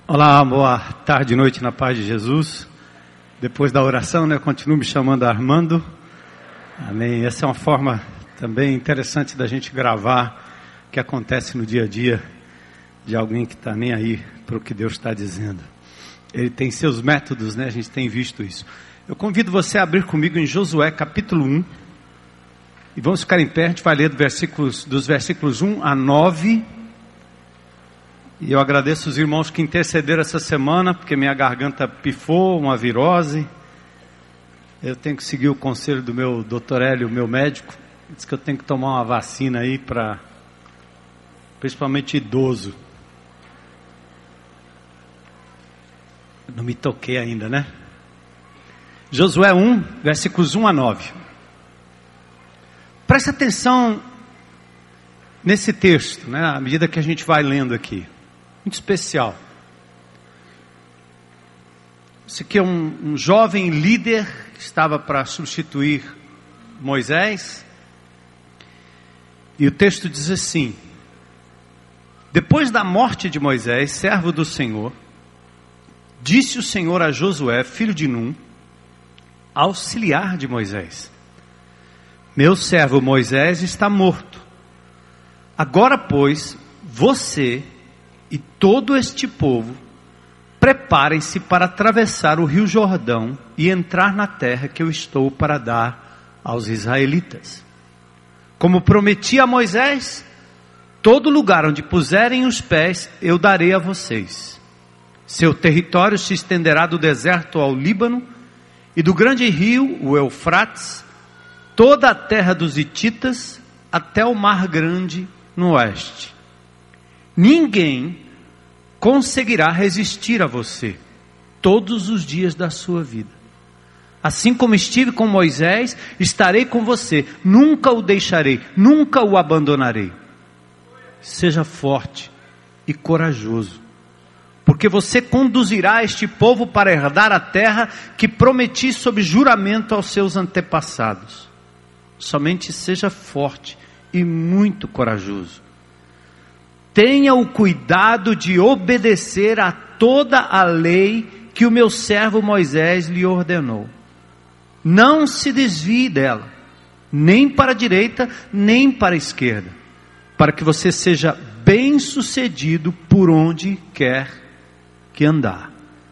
Olá, boa tarde, noite na paz de Jesus. Depois da oração, eu continuo me chamando Armando. Amém. Essa é uma forma também interessante da gente gravar o que acontece no dia a dia de alguém que está nem aí para o que Deus está dizendo. Ele tem seus métodos, a gente tem visto isso. Eu convido você a abrir comigo em Josué capítulo 1. E vamos ficar em pé, a gente vai ler dos versículos 1 a 9. E eu agradeço os irmãos que intercederam essa semana, porque minha garganta pifou, uma virose. Eu tenho que seguir o conselho do meu doutor Hélio, meu médico. Ele disse que eu tenho que tomar uma vacina aí para, principalmente idoso. Não me toquei ainda, Josué 1, versículos 1 a 9. Presta atenção nesse texto, à medida que a gente vai lendo aqui. Muito especial. Esse aqui é um jovem líder que estava para substituir Moisés. E o texto diz assim: depois da morte de Moisés, servo do Senhor, disse o Senhor a Josué, filho de Num, auxiliar de Moisés: meu servo Moisés está morto. Agora, pois, você e todo este povo, preparem-se para atravessar o rio Jordão e entrar na terra que eu estou para dar aos israelitas. Como prometi a Moisés, todo lugar onde puserem os pés, eu darei a vocês. Seu território se estenderá do deserto ao Líbano e do grande rio, o Eufrates, toda a terra dos hititas, até o mar grande no oeste. Ninguém conseguirá resistir a você todos os dias da sua vida. Assim como estive com Moisés, estarei com você. Nunca o deixarei, nunca o abandonarei. Seja forte e corajoso, porque você conduzirá este povo para herdar a terra que prometi sob juramento aos seus antepassados. Somente seja forte e muito corajoso. Tenha o cuidado de obedecer a toda a lei que o meu servo Moisés lhe ordenou. Não se desvie dela, nem para a direita, nem para a esquerda, para que você seja bem-sucedido por onde quer que andar.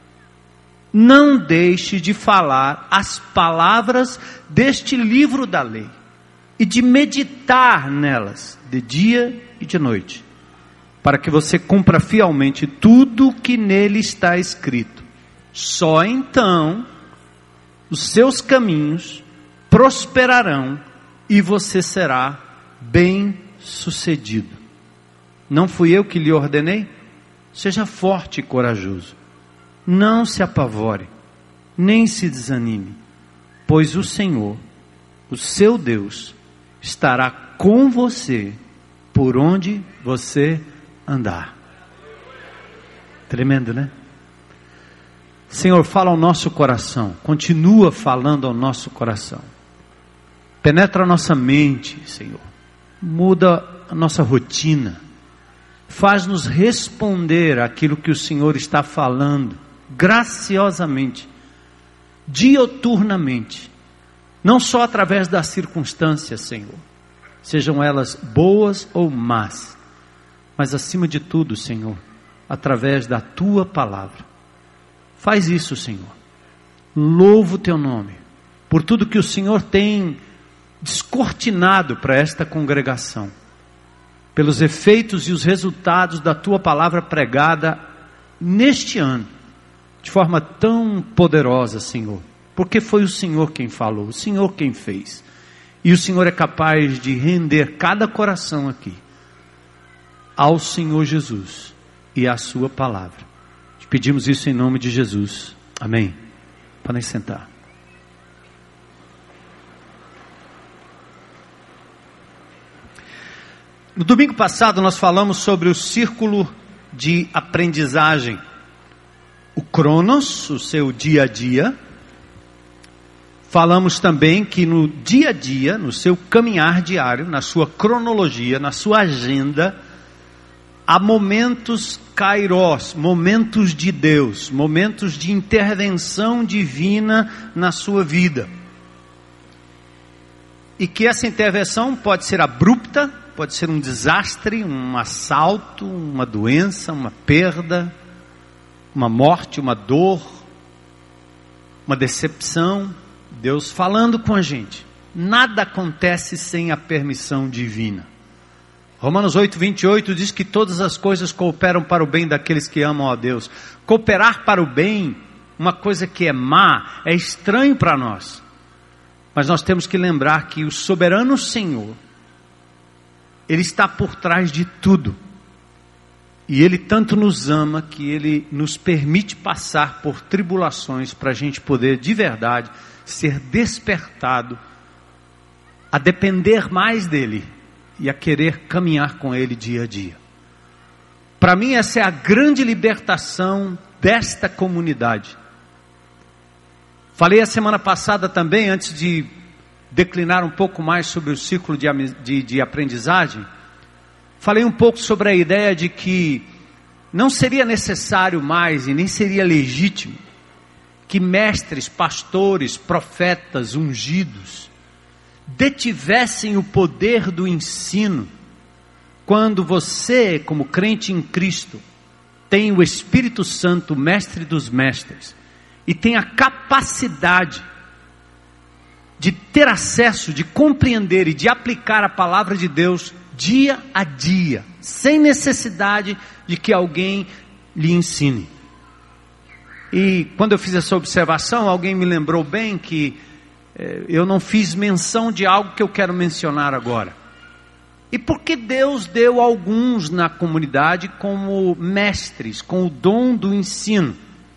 Não deixe de falar as palavras deste livro da lei e de meditar nelas de dia e de noite, para que você cumpra fielmente tudo o que nele está escrito. Só então os seus caminhos prosperarão e você será bem-sucedido. Não fui eu que lhe ordenei? Seja forte e corajoso. Não se apavore, nem se desanime, pois o Senhor, o seu Deus, estará com você por onde você andar. Tremendo, Senhor, fala ao nosso coração, continua falando ao nosso coração, penetra a nossa mente, Senhor, muda a nossa rotina, faz-nos responder àquilo que o Senhor está falando, graciosamente, dioturnamente, não só através das circunstâncias, Senhor, sejam elas boas ou más, mas acima de tudo, Senhor, através da Tua palavra. Faz isso, Senhor. Louvo o Teu nome, por tudo que o Senhor tem descortinado para esta congregação, pelos efeitos e os resultados da Tua palavra pregada neste ano, de forma tão poderosa, Senhor, porque foi o Senhor quem falou, o Senhor quem fez, e o Senhor é capaz de render cada coração aqui ao Senhor Jesus e à Sua palavra. Te pedimos isso em nome de Jesus. Amém. Podem sentar. No domingo passado nós falamos sobre o círculo de aprendizagem. O Cronos, o seu dia a dia. Falamos também que no dia a dia, no seu caminhar diário, na sua cronologia, na sua agenda, há momentos kairós, momentos de Deus, momentos de intervenção divina na sua vida. E que essa intervenção pode ser abrupta, pode ser um desastre, um assalto, uma doença, uma perda, uma morte, uma dor, uma decepção. Deus falando com a gente. Nada acontece sem a permissão divina. Romanos 8:28 diz que todas as coisas cooperam para o bem daqueles que amam a Deus. Cooperar para o bem, uma coisa que é má, é estranho para nós. Mas nós temos que lembrar que o soberano Senhor, Ele está por trás de tudo. E Ele tanto nos ama que Ele nos permite passar por tribulações para a gente poder de verdade ser despertado a depender mais dEle e a querer caminhar com Ele dia a dia. Para mim essa é a grande libertação desta comunidade. Falei a semana passada também, antes de declinar um pouco mais sobre o ciclo de aprendizagem, falei um pouco sobre a ideia de que não seria necessário mais e nem seria legítimo que mestres, pastores, profetas, ungidos detivessem o poder do ensino, quando você, como crente em Cristo, tem o Espírito Santo, mestre dos mestres, e tem a capacidade de ter acesso, de compreender e de aplicar a palavra de Deus dia a dia, sem necessidade de que alguém lhe ensine. E quando eu fiz essa observação, alguém me lembrou bem que eu não fiz menção de algo que eu quero mencionar agora. E por que Deus deu alguns na comunidade como mestres, com o dom do ensino?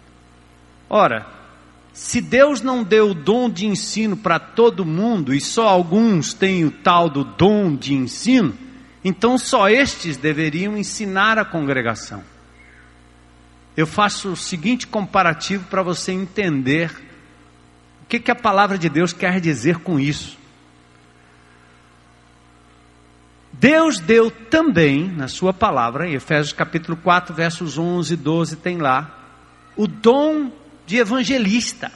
Ora, se Deus não deu o dom de ensino para todo mundo, e só alguns têm o tal do dom de ensino, então só estes deveriam ensinar a congregação. Eu faço o seguinte comparativo para você entender o que a palavra de Deus quer dizer com isso. Deus deu também, na sua palavra, em Efésios capítulo 4, versos 11 e 12, tem lá, o dom de evangelista.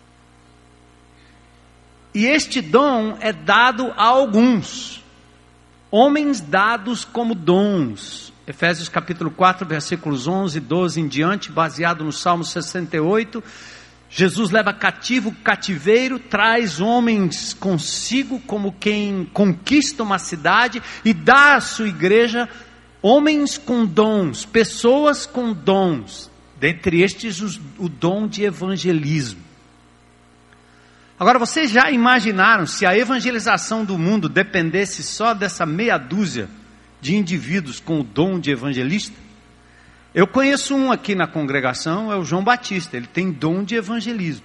E este dom é dado a alguns, homens dados como dons. Efésios capítulo 4, versículos 11 e 12 em diante, baseado no Salmo 68, Jesus leva cativo o cativeiro, traz homens consigo como quem conquista uma cidade e dá à sua igreja homens com dons, pessoas com dons, dentre estes o dom de evangelismo. Agora, vocês já imaginaram se a evangelização do mundo dependesse só dessa meia dúzia de indivíduos com o dom de evangelista? Eu conheço um aqui na congregação, é o João Batista, ele tem dom de evangelismo.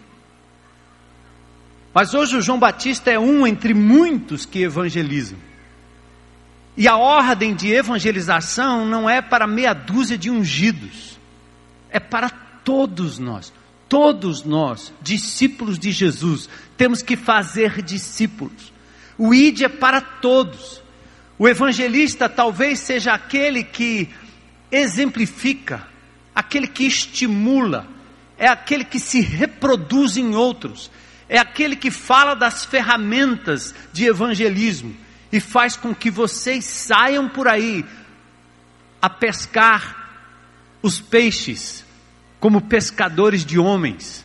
Mas hoje o João Batista é um entre muitos que evangelizam. E a ordem de evangelização não é para meia dúzia de ungidos, é para todos nós, discípulos de Jesus, temos que fazer discípulos. O ID é para todos. O evangelista talvez seja aquele que exemplifica, aquele que estimula, é aquele que se reproduz em outros, é aquele que fala das ferramentas de evangelismo e faz com que vocês saiam por aí a pescar os peixes como pescadores de homens.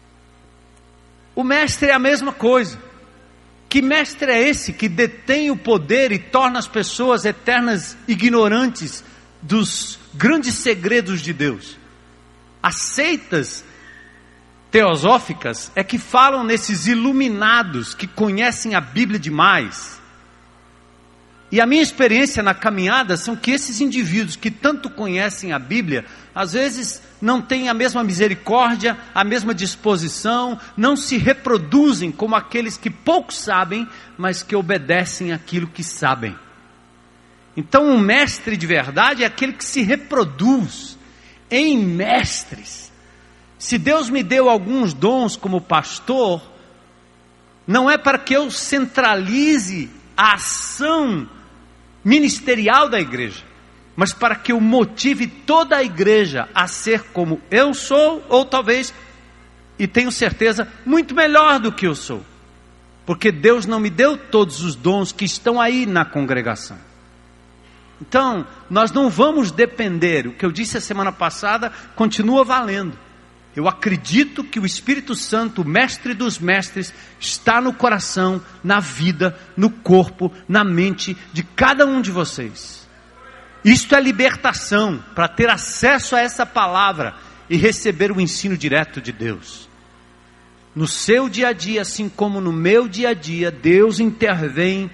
O mestre é a mesma coisa. Que mestre é esse que detém o poder e torna as pessoas eternas ignorantes dos grandes segredos de Deus? As seitas teosóficas é que falam nesses iluminados que conhecem a Bíblia demais. E a minha experiência na caminhada são que esses indivíduos que tanto conhecem a Bíblia, às vezes não têm a mesma misericórdia, a mesma disposição, não se reproduzem como aqueles que pouco sabem, mas que obedecem aquilo que sabem. Então um mestre de verdade é aquele que se reproduz em mestres. Se Deus me deu alguns dons como pastor, não é para que eu centralize a ação ministerial da igreja, mas para que eu motive toda a igreja a ser como eu sou, ou talvez, e tenho certeza, muito melhor do que eu sou. Porque Deus não me deu todos os dons que estão aí na congregação. Então, nós não vamos depender, o que eu disse a semana passada continua valendo. Eu acredito que o Espírito Santo, o mestre dos mestres, está no coração, na vida, no corpo, na mente de cada um de vocês. Isto é libertação, para ter acesso a essa palavra e receber o ensino direto de Deus. No seu dia a dia, assim como no meu dia a dia, Deus intervém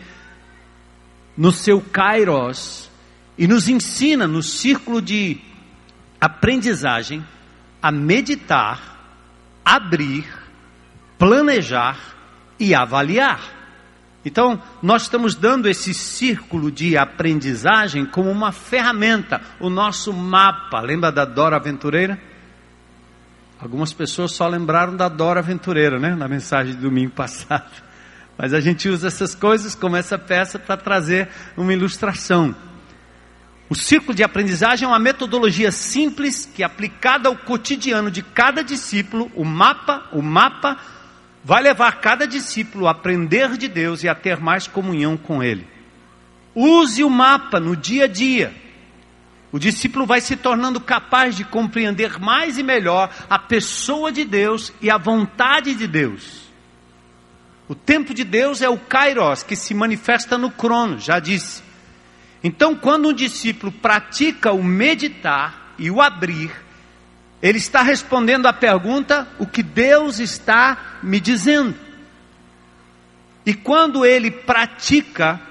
no seu kairos e nos ensina no círculo de aprendizagem a meditar, abrir, planejar e avaliar. Então, nós estamos dando esse círculo de aprendizagem como uma ferramenta, o nosso mapa. Lembra da Dora Aventureira? Algumas pessoas só lembraram da Dora Aventureira, né? Na mensagem de domingo passado. Mas a gente usa essas coisas como essa peça para trazer uma ilustração. O círculo de aprendizagem é uma metodologia simples que, aplicada ao cotidiano de cada discípulo, o mapa vai levar cada discípulo a aprender de Deus e a ter mais comunhão com Ele. Use o mapa no dia a dia. O discípulo vai se tornando capaz de compreender mais e melhor a pessoa de Deus e a vontade de Deus. O tempo de Deus é o kairos, que se manifesta no crono, já disse. Então, quando um discípulo pratica o meditar e o abrir, ele está respondendo à pergunta: o que Deus está me dizendo? E quando ele pratica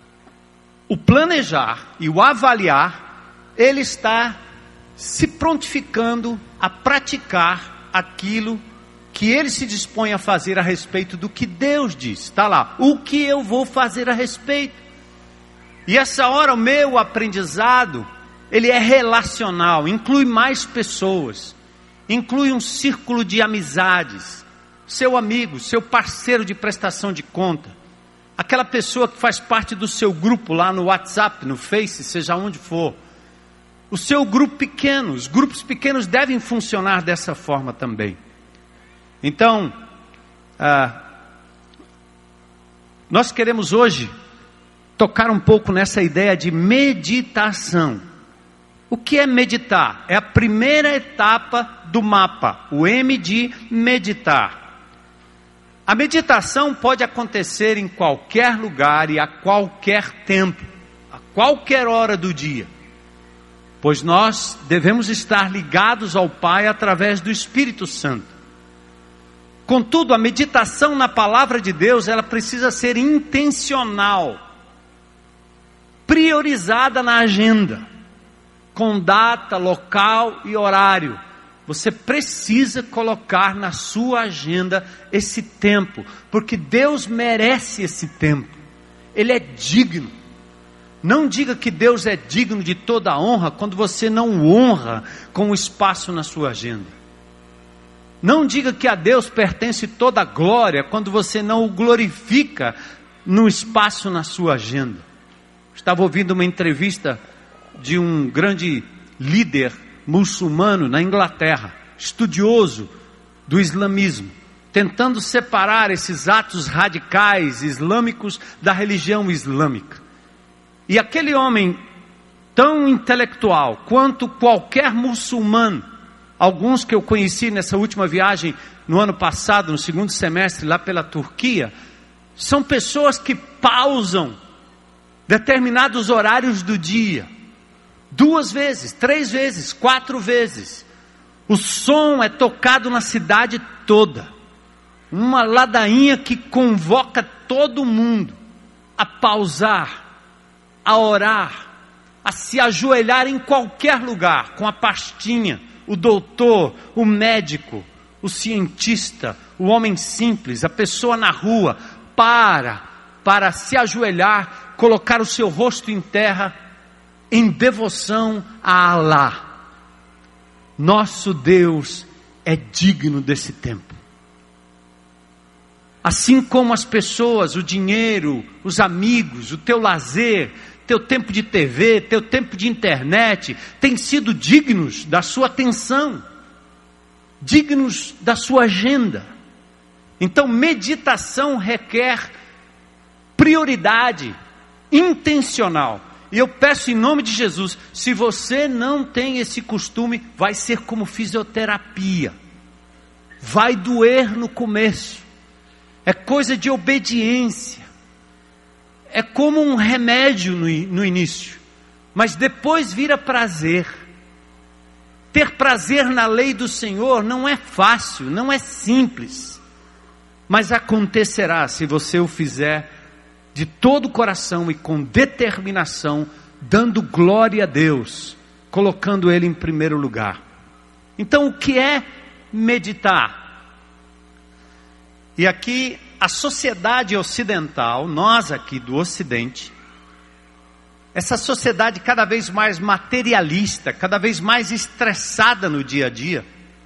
o planejar e o avaliar, ele está se prontificando a praticar aquilo que ele se dispõe a fazer a respeito do que Deus diz. Está lá, o que eu vou fazer a respeito. E essa hora o meu aprendizado, ele é relacional, inclui mais pessoas, inclui um círculo de amizades, seu amigo, seu parceiro de prestação de conta, aquela pessoa que faz parte do seu grupo lá no WhatsApp, no Face, seja onde for. O seu grupo pequeno, os grupos pequenos devem funcionar dessa forma também. Então, nós queremos hoje tocar um pouco nessa ideia de meditação. O que é meditar? É a primeira etapa do mapa, o M de meditar. A meditação pode acontecer em qualquer lugar e a qualquer tempo, a qualquer hora do dia, pois nós devemos estar ligados ao Pai através do Espírito Santo. Contudo, a meditação na palavra de Deus, ela precisa ser intencional, priorizada na agenda, com data, local e horário. Você precisa colocar na sua agenda esse tempo, porque Deus merece esse tempo. Ele é digno. Não diga que Deus é digno de toda a honra quando você não o honra com o espaço na sua agenda. Não diga que a Deus pertence toda a glória quando você não o glorifica no espaço na sua agenda. Estava ouvindo uma entrevista de um grande líder muçulmano na Inglaterra, estudioso do islamismo, tentando separar esses atos radicais islâmicos da religião islâmica. E aquele homem tão intelectual quanto qualquer muçulmano, alguns que eu conheci nessa última viagem no ano passado, no segundo semestre lá pela Turquia, são pessoas que pausam determinados horários do dia, 2 vezes, 3 vezes, 4 vezes. O som é tocado na cidade toda, uma ladainha que convoca todo mundo a pausar, a orar, a se ajoelhar em qualquer lugar, com a pastinha, o doutor, o médico, o cientista, o homem simples, a pessoa na rua, para se ajoelhar, colocar o seu rosto em terra, em devoção a Alá. Nosso Deus é digno desse tempo. Assim como as pessoas, o dinheiro, os amigos, o teu lazer, teu tempo de TV, teu tempo de internet, têm sido dignos da sua atenção, dignos da sua agenda. Então, meditação requer prioridade intencional. E eu peço em nome de Jesus, se você não tem esse costume, vai ser como fisioterapia. Vai doer no começo. É coisa de obediência. É como um remédio no início. Mas depois vira prazer. Ter prazer na lei do Senhor não é fácil, não é simples. Mas acontecerá se você o fizer de todo o coração e com determinação, dando glória a Deus, colocando Ele em primeiro lugar. Então, o que é meditar? E aqui, a sociedade ocidental, nós aqui do Ocidente, essa sociedade cada vez mais materialista, cada vez mais estressada no dia a dia,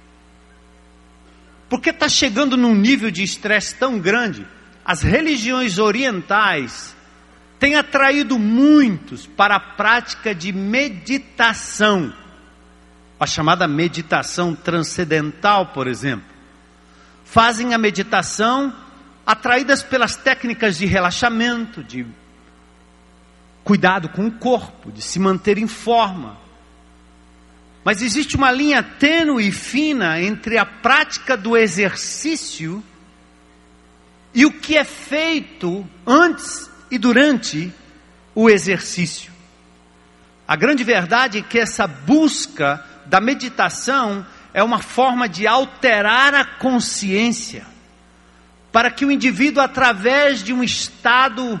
porque está chegando num nível de estresse tão grande. As religiões orientais têm atraído muitos para a prática de meditação, a chamada meditação transcendental, por exemplo. Fazem a meditação atraídas pelas técnicas de relaxamento, de cuidado com o corpo, de se manter em forma. Mas existe uma linha tênue e fina entre a prática do exercício e o que é feito antes e durante o exercício. A grande verdade é que essa busca da meditação é uma forma de alterar a consciência, para que o indivíduo, através de um estado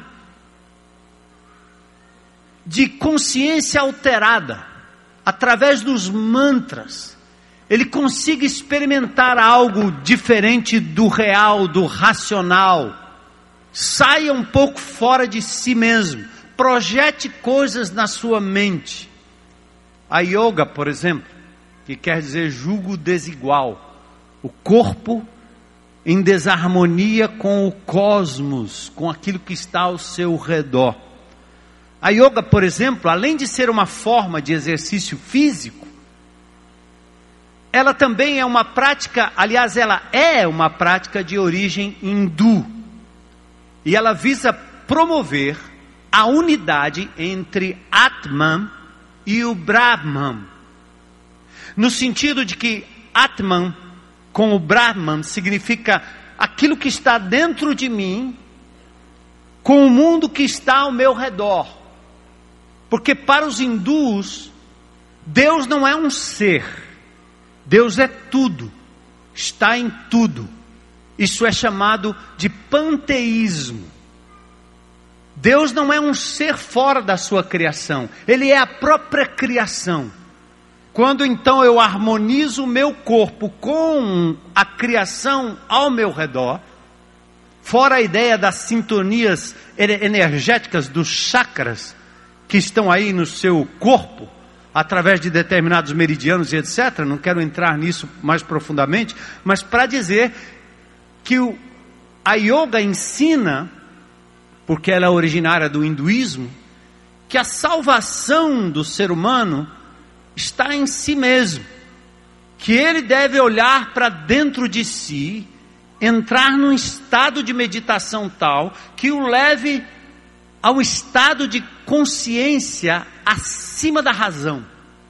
de consciência alterada, através dos mantras, ele consiga experimentar algo diferente do real, do racional. Saia um pouco fora de si mesmo. Projete coisas na sua mente. A yoga, por exemplo, que quer dizer jugo desigual. O corpo em desarmonia com o cosmos, com aquilo que está ao seu redor. A yoga, por exemplo, além de ser uma forma de exercício físico, ela também é uma prática, aliás, ela é uma prática de origem hindu. E ela visa promover a unidade entre Atman e o Brahman. No sentido de que Atman com o Brahman significa aquilo que está dentro de mim com o mundo que está ao meu redor. Porque para os hindus, Deus não é um ser. Deus é tudo, está em tudo. Isso é chamado de panteísmo. Deus não é um ser fora da sua criação, Ele é a própria criação. Quando então eu harmonizo o meu corpo com a criação ao meu redor, fora a ideia das sintonias energéticas dos chakras que estão aí no seu corpo, através de determinados meridianos e etc. Não quero entrar nisso mais profundamente, mas para dizer que a yoga ensina, porque ela é originária do hinduísmo, que a salvação do ser humano está em si mesmo, que ele deve olhar para dentro de si, entrar num estado de meditação tal, que o leve ao estado de consciência acima da razão.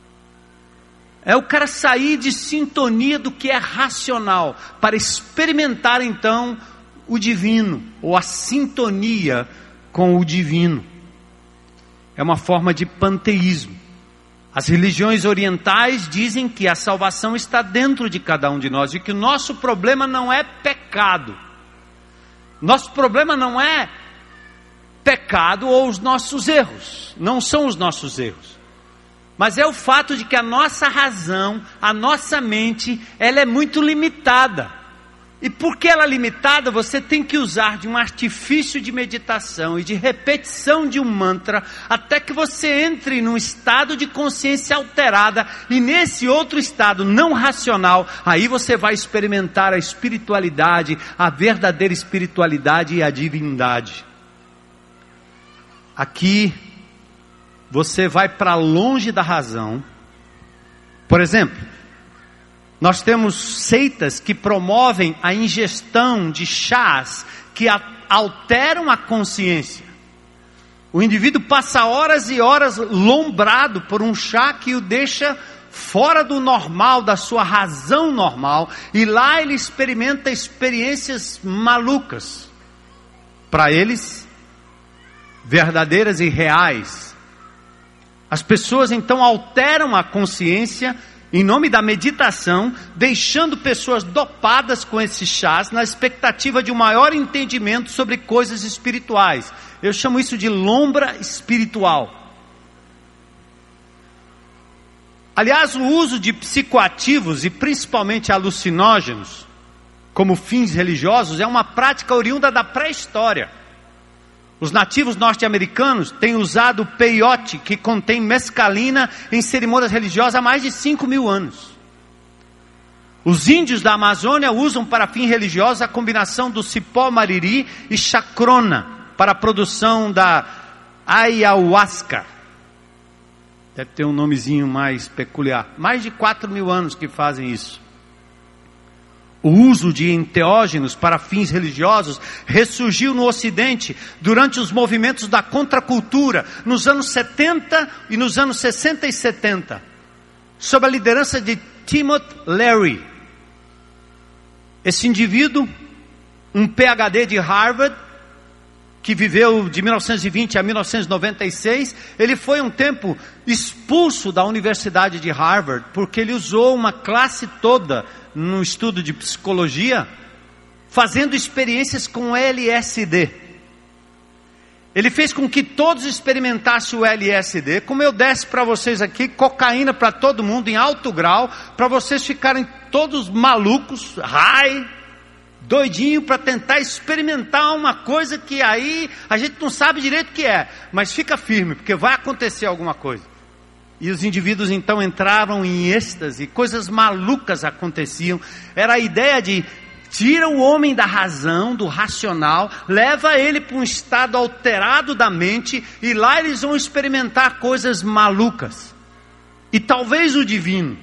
É o cara sair de sintonia do que é racional, para experimentar então o divino, ou a sintonia com o divino. É uma forma de panteísmo. As religiões orientais dizem que a salvação está dentro de cada um de nós, e que o nosso problema não é pecado. Nosso problema não é pecado ou os nossos erros, não são os nossos erros, mas é o fato de que a nossa razão, a nossa mente, ela é muito limitada. E porque ela é limitada, você tem que usar de um artifício de meditação e de repetição de um mantra, até que você entre num estado de consciência alterada, e nesse outro estado não racional, aí você vai experimentar a espiritualidade, a verdadeira espiritualidade e a divindade. Aqui você vai para longe da razão. Por exemplo, nós temos seitas que promovem a ingestão de chás que alteram a consciência. O indivíduo passa horas e horas lombrado por um chá que o deixa fora do normal, da sua razão normal, e lá ele experimenta experiências malucas, para eles, verdadeiras e reais. As pessoas então alteram a consciência em nome da meditação, deixando pessoas dopadas com esses chás, na expectativa de um maior entendimento sobre coisas espirituais. Eu chamo isso de lombra espiritual. Aliás, o uso de psicoativos e principalmente alucinógenos, como fins religiosos, é uma prática oriunda da pré-história. Os nativos norte-americanos têm usado peiote, que contém mescalina, em cerimônias religiosas há mais de 5.000 anos. Os índios da Amazônia usam para fim religioso a combinação do cipó mariri e chacrona para a produção da ayahuasca. Deve ter um nomezinho mais peculiar. Mais de 4.000 anos que fazem isso. O uso de enteógenos para fins religiosos ressurgiu no Ocidente durante os movimentos da contracultura, nos anos 70 e nos anos 60 e 70, sob a liderança de Timothy Leary. Esse indivíduo, um PhD de Harvard, que viveu de 1920 a 1996, ele foi um tempo expulso da Universidade de Harvard, porque ele usou uma classe toda no estudo de psicologia, fazendo experiências com LSD. Ele fez com que todos experimentassem o LSD, como eu desse para vocês aqui, cocaína para todo mundo em alto grau, para vocês ficarem todos malucos, high, doidinho, para tentar experimentar uma coisa que aí a gente não sabe direito o que é, mas fica firme, porque vai acontecer alguma coisa. E os indivíduos então entravam em êxtase, coisas malucas aconteciam. Era a ideia de tira o homem da razão, do racional, leva ele para um estado alterado da mente, e lá eles vão experimentar coisas malucas. E talvez o divino.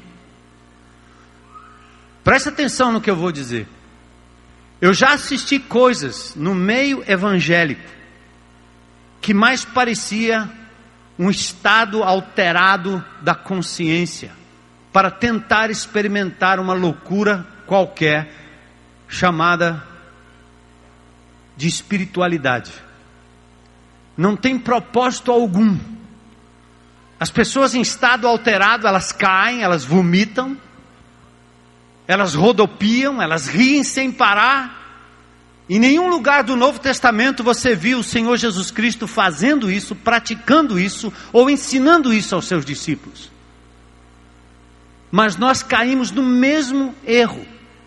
Presta atenção no que eu vou dizer. Eu já assisti coisas no meio evangélico que mais parecia um estado alterado da consciência, para tentar experimentar uma loucura qualquer, chamada de espiritualidade. Não tem propósito algum. As pessoas em estado alterado, elas caem, elas vomitam, elas rodopiam, elas riem sem parar. Em nenhum lugar do Novo Testamento você viu o Senhor Jesus Cristo fazendo isso, praticando isso, ou ensinando isso aos seus discípulos. Mas nós caímos no mesmo erro,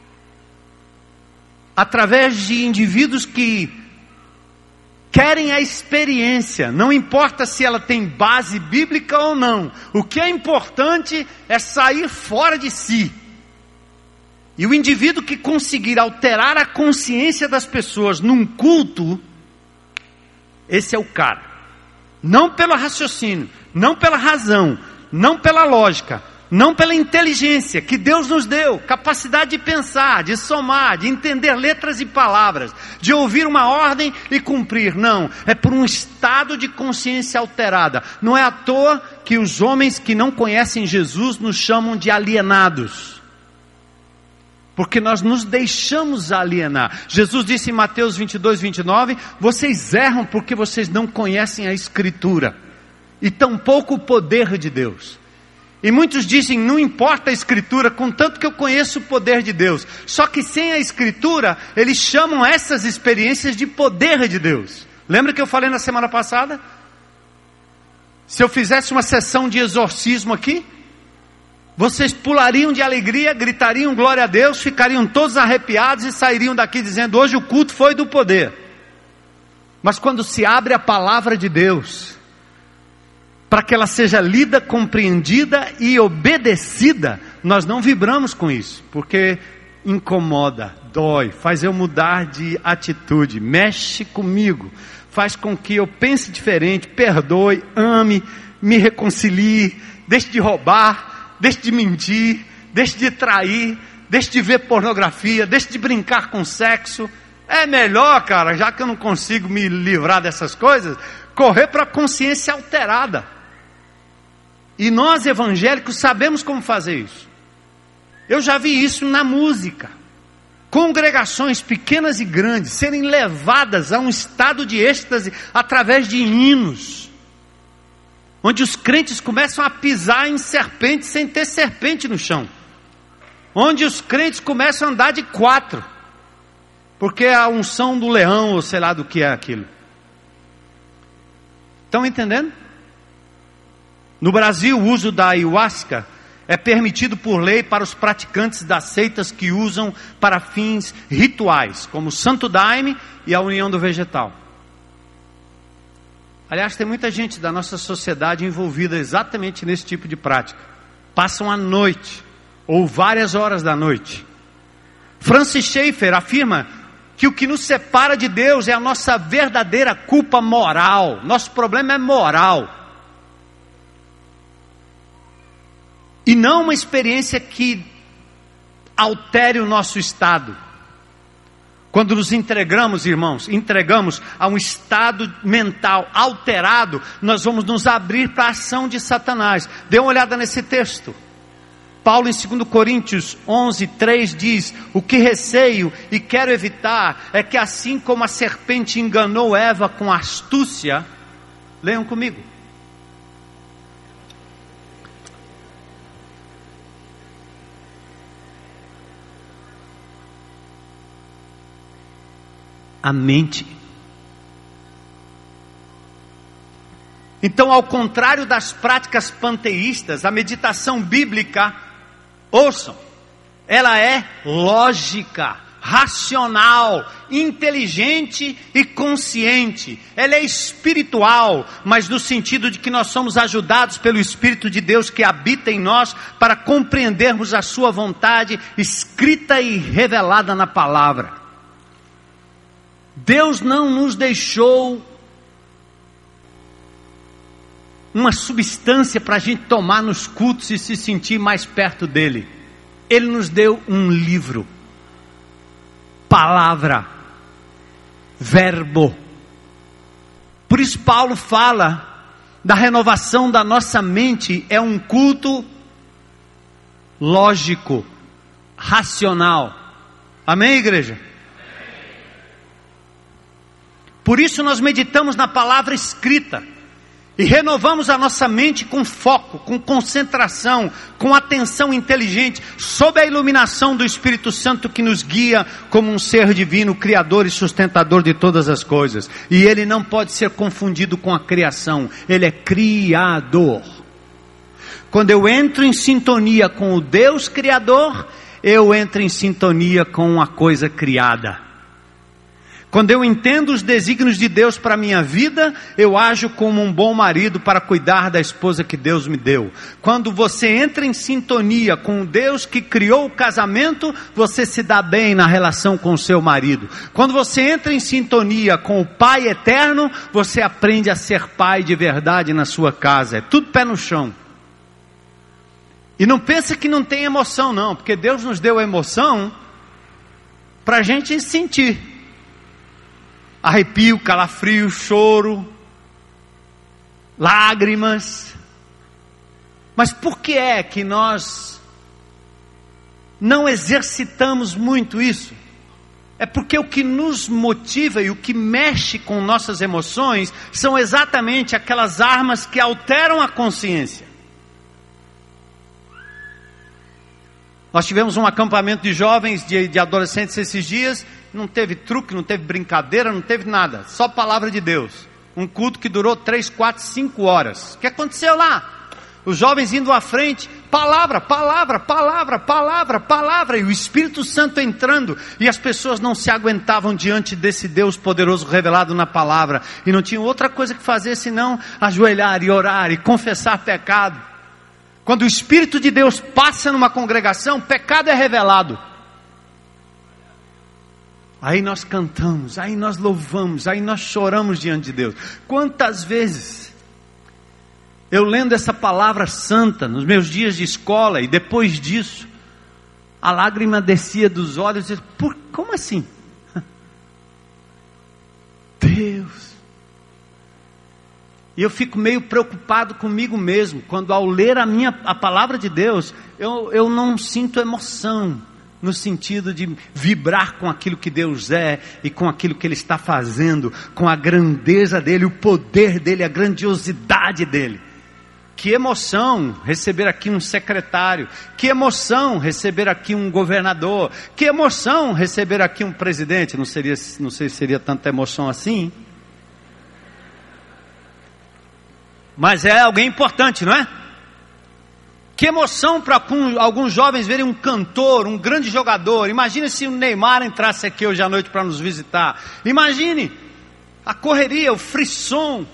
através de indivíduos que querem a experiência, não importa se ela tem base bíblica ou não. O que é importante é sair fora de si. E o indivíduo que conseguir alterar a consciência das pessoas num culto, esse é o cara. Não pelo raciocínio, não pela razão, não pela lógica, não pela inteligência que Deus nos deu, capacidade de pensar, de somar, de entender letras e palavras, de ouvir uma ordem e cumprir. Não, é por um estado de consciência alterada. Não é à toa que os homens que não conhecem Jesus nos chamam de alienados. Porque nós nos deixamos alienar. Jesus disse em Mateus 22, 29, vocês erram porque vocês não conhecem a Escritura, e tampouco o poder de Deus. E muitos dizem, não importa a Escritura, contanto que eu conheço o poder de Deus. Só que sem a Escritura, eles chamam essas experiências de poder de Deus. Lembra que eu falei na semana passada? Se eu fizesse uma sessão de exorcismo aqui, vocês pulariam de alegria, gritariam glória a Deus, ficariam todos arrepiados e sairiam daqui dizendo, hoje o culto foi do poder. Mas quando se abre a palavra de Deus, para que ela seja lida, compreendida e obedecida, nós não vibramos com isso, porque incomoda, dói, faz eu mudar de atitude, mexe comigo, faz com que eu pense diferente, perdoe, ame, me reconcilie, deixe de roubar, deixe de mentir, deixe de trair, deixe de ver pornografia, deixe de brincar com sexo. É melhor, cara, já que eu não consigo me livrar dessas coisas, correr para a consciência alterada. E nós evangélicos sabemos como fazer isso. Eu já vi isso na música. Congregações pequenas e grandes serem levadas a um estado de êxtase através de hinos, onde os crentes começam a pisar em serpente sem ter serpente no chão, onde os crentes começam a andar de 4, porque é a unção do leão, ou sei lá do que é aquilo. Estão entendendo? No Brasil, o uso da ayahuasca é permitido por lei para os praticantes das seitas que usam para fins rituais, como o Santo Daime e a União do Vegetal. Aliás, tem muita gente da nossa sociedade envolvida exatamente nesse tipo de prática. Passam a noite, ou várias horas da noite. Francis Schaeffer afirma que o que nos separa de Deus é a nossa verdadeira culpa moral. Nosso problema é moral. E não uma experiência que altere o nosso estado. Quando nos entregamos, irmãos, entregamos a um estado mental alterado, nós vamos nos abrir para a ação de Satanás. Dê uma olhada nesse texto. Paulo em 2 Coríntios 11:3 diz: o que receio e quero evitar é que assim como a serpente enganou Eva com astúcia, leiam comigo. A mente. Então, ao contrário das práticas panteístas, a meditação bíblica, ouçam, ela é lógica, racional, inteligente e consciente. Ela é espiritual, mas no sentido de que nós somos ajudados pelo Espírito de Deus que habita em nós para compreendermos a sua vontade escrita e revelada na palavra. Deus não nos deixou uma substância para a gente tomar nos cultos e se sentir mais perto dele. Ele nos deu um livro, palavra, verbo. Por isso Paulo fala da renovação da nossa mente, é um culto lógico, racional. Amém, igreja? Por isso nós meditamos na palavra escrita e renovamos a nossa mente com foco, com concentração, com atenção inteligente, sob a iluminação do Espírito Santo que nos guia como um ser divino, criador e sustentador de todas as coisas. E ele não pode ser confundido com a criação, ele é criador. Quando eu entro em sintonia com o Deus criador, eu entro em sintonia com a coisa criada. Quando eu entendo os desígnios de Deus para a minha vida, eu ajo como um bom marido para cuidar da esposa que Deus me deu. Quando você entra em sintonia com o Deus que criou o casamento, você se dá bem na relação com o seu marido. Quando você entra em sintonia com o Pai eterno, você aprende a ser pai de verdade na sua casa. É tudo pé no chão. E não pensa que não tem emoção não, porque Deus nos deu a emoção para a gente sentir. Arrepio, calafrio, choro, lágrimas. Mas por que é que nós não exercitamos muito isso? É porque o que nos motiva e o que mexe com nossas emoções são exatamente aquelas armas que alteram a consciência. Nós tivemos um acampamento de jovens, de adolescentes esses dias. Não teve truque, não teve brincadeira, não teve nada. Só palavra de Deus. Um culto que durou 3, 4, 5 horas. O que aconteceu lá? Os jovens indo à frente. Palavra, palavra, palavra, palavra, palavra. E o Espírito Santo entrando. E as pessoas não se aguentavam diante desse Deus poderoso revelado na palavra. E não tinham outra coisa que fazer senão ajoelhar e orar e confessar pecado. Quando o Espírito de Deus passa numa congregação, pecado é revelado. Aí nós cantamos, aí nós louvamos, aí nós choramos diante de Deus. Quantas vezes eu lendo essa palavra santa nos meus dias de escola, e depois disso, a lágrima descia dos olhos, e dizia, como assim? Deus. E eu fico meio preocupado comigo mesmo, quando ao ler a palavra de Deus, eu não sinto emoção, no sentido de vibrar com aquilo que Deus é, e com aquilo que Ele está fazendo, com a grandeza dEle, o poder dEle, a grandiosidade dEle. Que emoção receber aqui um secretário, que emoção receber aqui um governador, que emoção receber aqui um presidente. Não sei se seria tanta emoção assim, mas é alguém importante, não é? Que emoção para alguns jovens verem um cantor, um grande jogador. Imagine se o Neymar entrasse aqui hoje à noite para nos visitar. Imagine a correria, o frisson.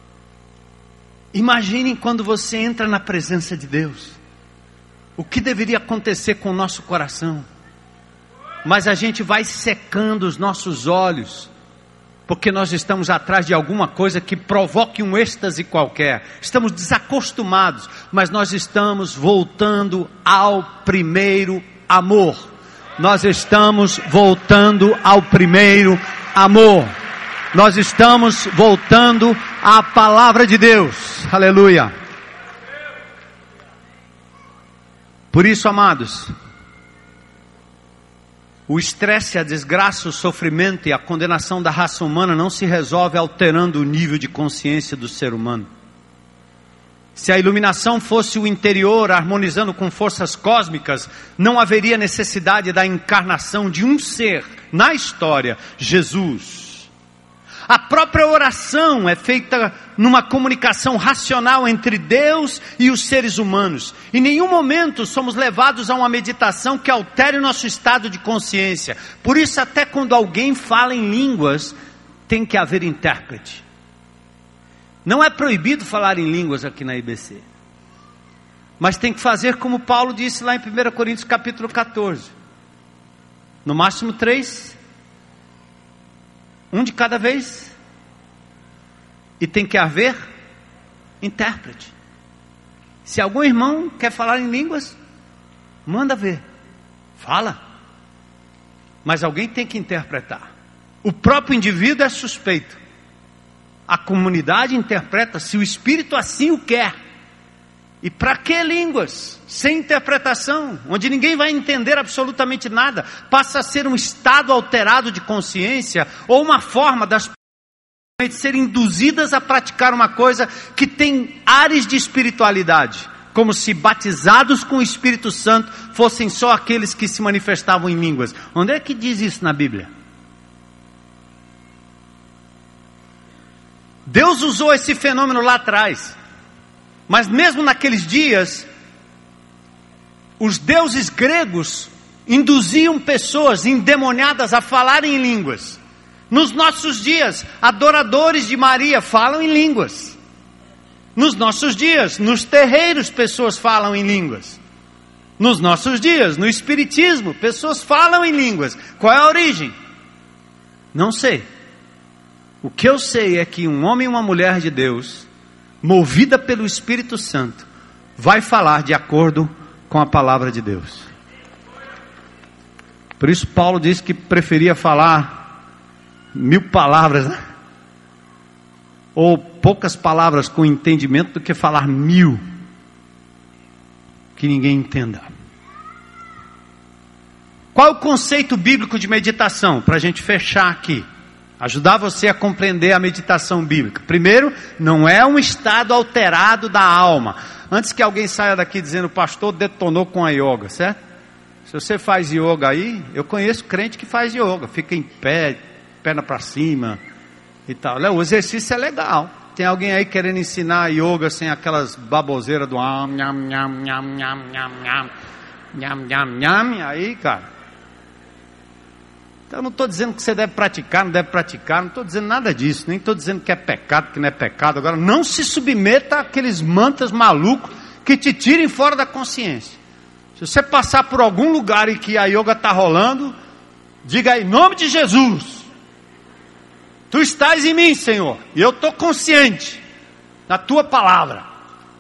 Imagine quando você entra na presença de Deus. O que deveria acontecer com o nosso coração? Mas a gente vai secando os nossos olhos, porque nós estamos atrás de alguma coisa que provoque um êxtase qualquer. Estamos desacostumados, mas nós estamos voltando ao primeiro amor. Nós estamos voltando ao primeiro amor. Nós estamos voltando à palavra de Deus. Aleluia. Por isso, amados, o estresse, a desgraça, o sofrimento e a condenação da raça humana não se resolve alterando o nível de consciência do ser humano. Se a iluminação fosse o interior harmonizando com forças cósmicas, não haveria necessidade da encarnação de um ser na história, Jesus. A própria oração é feita numa comunicação racional entre Deus e os seres humanos. Em nenhum momento somos levados a uma meditação que altere o nosso estado de consciência. Por isso, até quando alguém fala em línguas, tem que haver intérprete. Não é proibido falar em línguas aqui na IBC. Mas tem que fazer como Paulo disse lá em 1 Coríntios capítulo 14. No máximo 3. Um de cada vez. E tem que haver intérprete. Se algum irmão quer falar em línguas, manda ver. Fala. Mas alguém tem que interpretar. O próprio indivíduo é suspeito. A comunidade interpreta se o Espírito assim o quer. E para que línguas? Sem interpretação, onde ninguém vai entender absolutamente nada. Passa a ser um estado alterado de consciência, ou uma forma das pessoas serem induzidas a praticar uma coisa que tem ares de espiritualidade. Como se batizados com o Espírito Santo fossem só aqueles que se manifestavam em línguas. Onde é que diz isso na Bíblia? Deus usou esse fenômeno lá atrás. Mas mesmo naqueles dias, os deuses gregos induziam pessoas endemoniadas a falarem em línguas. Nos nossos dias, adoradores de Maria falam em línguas. Nos nossos dias, nos terreiros, pessoas falam em línguas. Nos nossos dias, no espiritismo, pessoas falam em línguas. Qual é a origem? Não sei. O que eu sei é que um homem e uma mulher de Deus, movida pelo Espírito Santo, vai falar de acordo com a palavra de Deus. Por isso Paulo disse que preferia falar 1000 palavras, né? Ou poucas palavras com entendimento, do que falar 1000 que ninguém entenda. Qual é o conceito bíblico de meditação? Para a gente fechar aqui, ajudar você a compreender a meditação bíblica. Primeiro, não é um estado alterado da alma. Antes que alguém saia daqui dizendo, o pastor detonou com a yoga, certo? Se você faz yoga aí, eu conheço crente que faz yoga, fica em pé, perna para cima e tal. O exercício é legal. Tem alguém aí querendo ensinar yoga sem aquelas baboseiras do nham, nham, nham, nham, nham, nham, nham, nham, nham, aí, cara. Então eu não estou dizendo que você deve praticar, não deve praticar, não estou dizendo nada disso, nem estou dizendo que é pecado, que não é pecado. Agora, não se submeta àqueles mantras malucos que te tirem fora da consciência. Se você passar por algum lugar em que a yoga está rolando, diga aí, em nome de Jesus, Tu estás em mim, Senhor, e eu estou consciente da Tua palavra.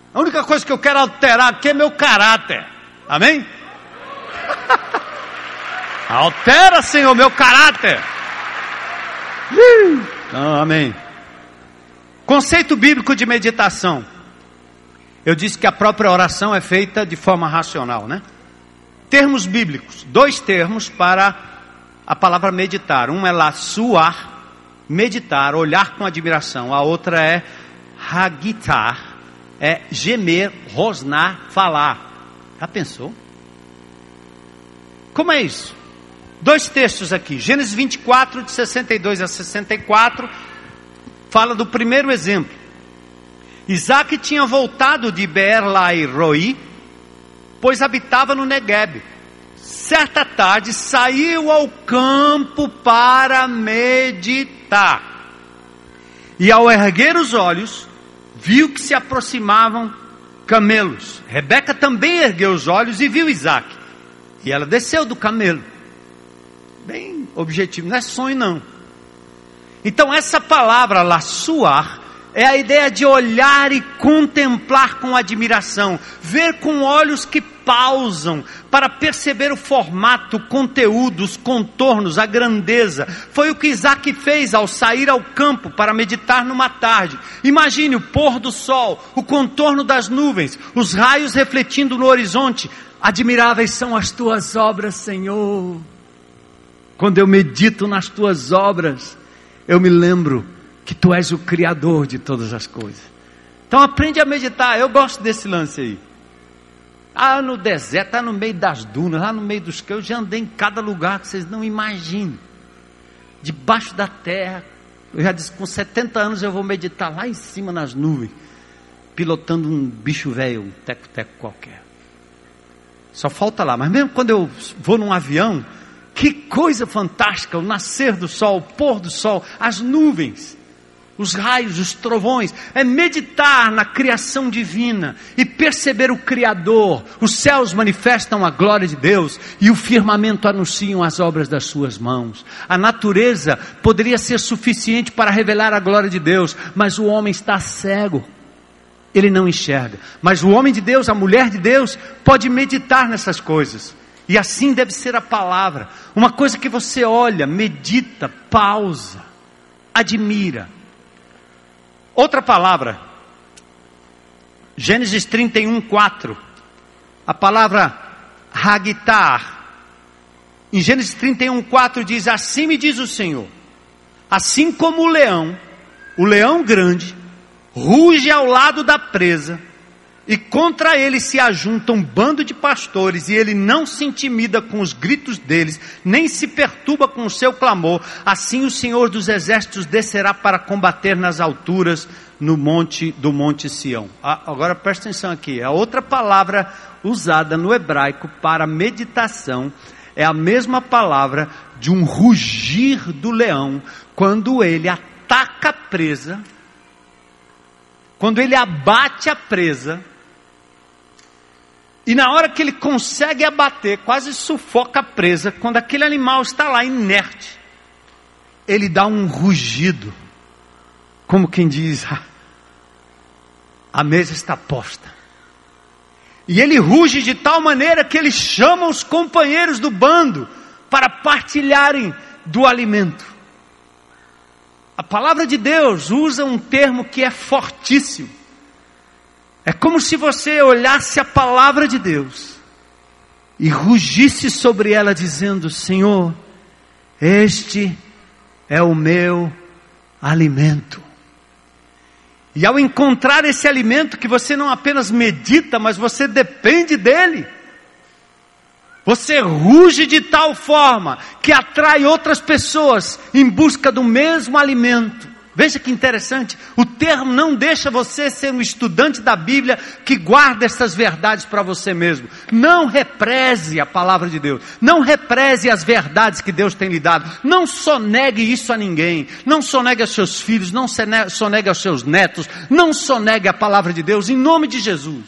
A única coisa que eu quero alterar aqui é meu caráter. Amém? Altera, Senhor, meu caráter. Amém. Conceito bíblico de meditação. Eu disse que a própria oração é feita de forma racional, né? Termos bíblicos. 2 termos para a palavra meditar. Um é lassuar, meditar, olhar com admiração. A outra é hagitar, é gemer, rosnar, falar. Já pensou? Como é isso? 2 textos aqui. Gênesis 24, de 62 a 64, fala do primeiro exemplo. Isaac tinha voltado de Beer-lai-roi, pois habitava no Neguebe. Certa tarde saiu ao campo para meditar. E ao erguer os olhos, viu que se aproximavam camelos. Rebeca também ergueu os olhos e viu Isaac. E ela desceu do camelo. Bem objetivo, não é sonho não. Então essa palavra lassuar é a ideia de olhar e contemplar com admiração, ver com olhos que pausam para perceber o formato, o conteúdo, os contornos, a grandeza. Foi o que Isaac fez ao sair ao campo para meditar numa tarde. Imagine o pôr do sol, o contorno das nuvens, os raios refletindo no horizonte. Admiráveis são as tuas obras, Senhor. Quando eu medito nas tuas obras, eu me lembro que tu és o Criador de todas as coisas. Então aprende a meditar. Eu gosto desse lance aí. No deserto, no meio das dunas, lá no meio dos que eu já andei em cada lugar que vocês não imaginam. Debaixo da terra. Eu já disse, com 70 anos eu vou meditar lá em cima nas nuvens, pilotando um bicho velho, um teco-teco qualquer. Só falta lá. Mas mesmo quando eu vou num avião, que coisa fantástica, o nascer do sol, o pôr do sol, as nuvens, os raios, os trovões. É meditar na criação divina e perceber o Criador. Os céus manifestam a glória de Deus e o firmamento anunciam as obras das suas mãos. A natureza poderia ser suficiente para revelar a glória de Deus, mas o homem está cego. Ele não enxerga. Mas o homem de Deus, a mulher de Deus, pode meditar nessas coisas. E assim deve ser a palavra. Uma coisa que você olha, medita, pausa, admira. Outra palavra. Gênesis 31, 4. A palavra hagitar. Em Gênesis 31, 4 diz: assim me diz o Senhor. Assim como o leão grande, ruge ao lado da presa, e contra ele se ajunta um bando de pastores, e ele não se intimida com os gritos deles, nem se perturba com o seu clamor. Assim o Senhor dos exércitos descerá para combater nas alturas do monte Sião. Agora presta atenção aqui, a outra palavra usada no hebraico para meditação é a mesma palavra de um rugir do leão, quando ele ataca a presa, quando ele abate a presa, e na hora que ele consegue abater, quase sufoca a presa, quando aquele animal está lá inerte, ele dá um rugido, como quem diz: a mesa está posta. E ele ruge de tal maneira que ele chama os companheiros do bando para partilharem do alimento. A palavra de Deus usa um termo que é fortíssimo. É como se você olhasse a palavra de Deus e rugisse sobre ela dizendo: Senhor, este é o meu alimento. E ao encontrar esse alimento que você não apenas medita, mas você depende dele, você ruge de tal forma que atrai outras pessoas em busca do mesmo alimento. Veja que interessante, o termo não deixa você ser um estudante da Bíblia que guarda essas verdades para você mesmo. Não represe a palavra de Deus, não represe as verdades que Deus tem lhe dado, não sonegue isso a ninguém, não sonegue aos seus filhos, não sonegue aos seus netos, não sonegue a palavra de Deus, em nome de Jesus.